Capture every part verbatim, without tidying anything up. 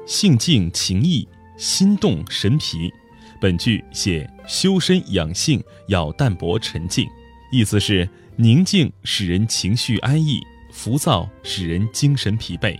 性静情逸，心动神疲。本句写修身养性要淡泊沉静，意思是宁静使人情绪安逸，浮躁使人精神疲惫。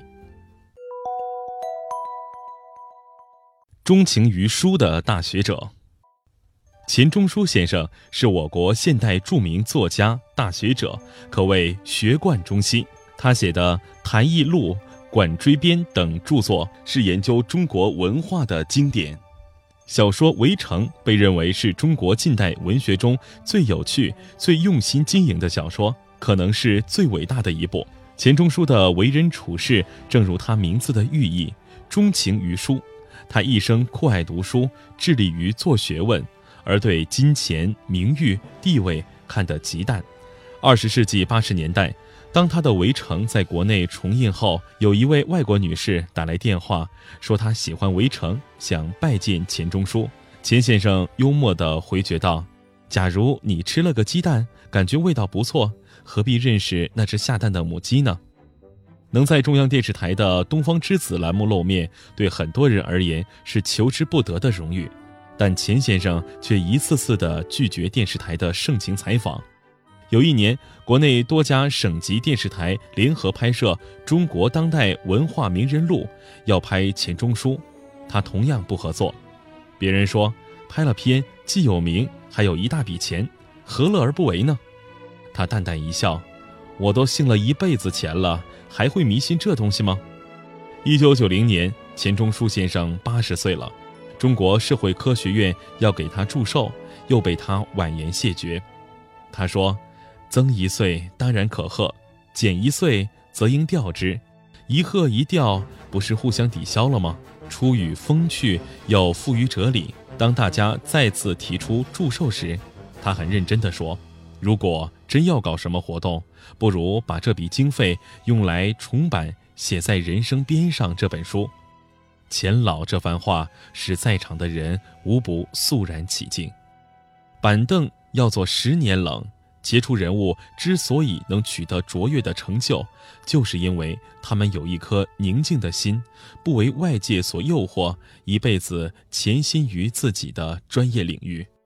钟情于书的大学者。钱钟书先生是我国现代著名作家、大学者，可谓学贯中心。他写的《谈艺录》《管锥编》等著作是研究中国文化的经典。小说《围城》被认为是中国近代文学中最有趣、最用心经营的小说，可能是最伟大的一部。钱钟书的为人处事正如他名字的寓意，钟情于书。他一生酷爱读书，致力于做学问，而对金钱、名誉、地位看得极淡。二十世纪八十年代，当他的《围城》在国内重映后，有一位外国女士打来电话，说她喜欢《围城》，想拜见钱钟书。钱先生幽默地回绝道：假如你吃了个鸡蛋，感觉味道不错，何必认识那只下蛋的母鸡呢？能在中央电视台的《东方之子》栏目露面，对很多人而言是求之不得的荣誉，但钱先生却一次次地拒绝电视台的盛情采访。有一年，国内多家省级电视台联合拍摄《中国当代文化名人录》，要拍钱钟书，他同样不合作。别人说，拍了片既有名，还有一大笔钱，何乐而不为呢？他淡淡一笑，我都信了一辈子钱了，还会迷信这东西吗？一九九零年，钱钟书先生八十岁了，中国社会科学院要给他祝寿，又被他婉言谢绝。他说，增一岁当然可贺，减一岁则应调之，一贺一调不是互相抵消了吗？出于风趣又富于哲理。当大家再次提出祝寿时，他很认真地说，如果真要搞什么活动，不如把这笔经费用来重版《写在人生边上》这本书。钱老这番话使在场的人无不肃然起敬。板凳要做十年冷，杰出人物之所以能取得卓越的成就，就是因为他们有一颗宁静的心，不为外界所诱惑，一辈子潜心于自己的专业领域。